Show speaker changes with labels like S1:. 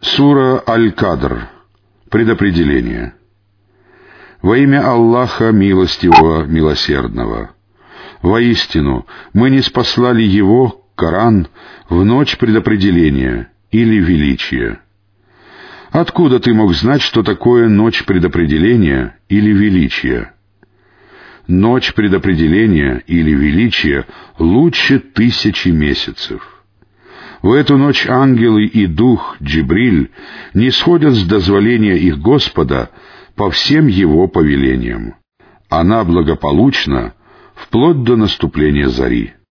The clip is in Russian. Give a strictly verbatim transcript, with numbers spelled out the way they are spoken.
S1: Сура Аль-Кадр. Предопределение. Во имя Аллаха Милостивого, Милосердного. Воистину, мы ниспослали его, Коран, в ночь предопределения или величия. Откуда ты мог знать, что такое ночь предопределения или величия? Ночь предопределения или величия лучше тысячи месяцев. В эту ночь ангелы и дух Джибриль нисходят с дозволения их Господа по всем его повелениям. Она благополучна вплоть до наступления зари.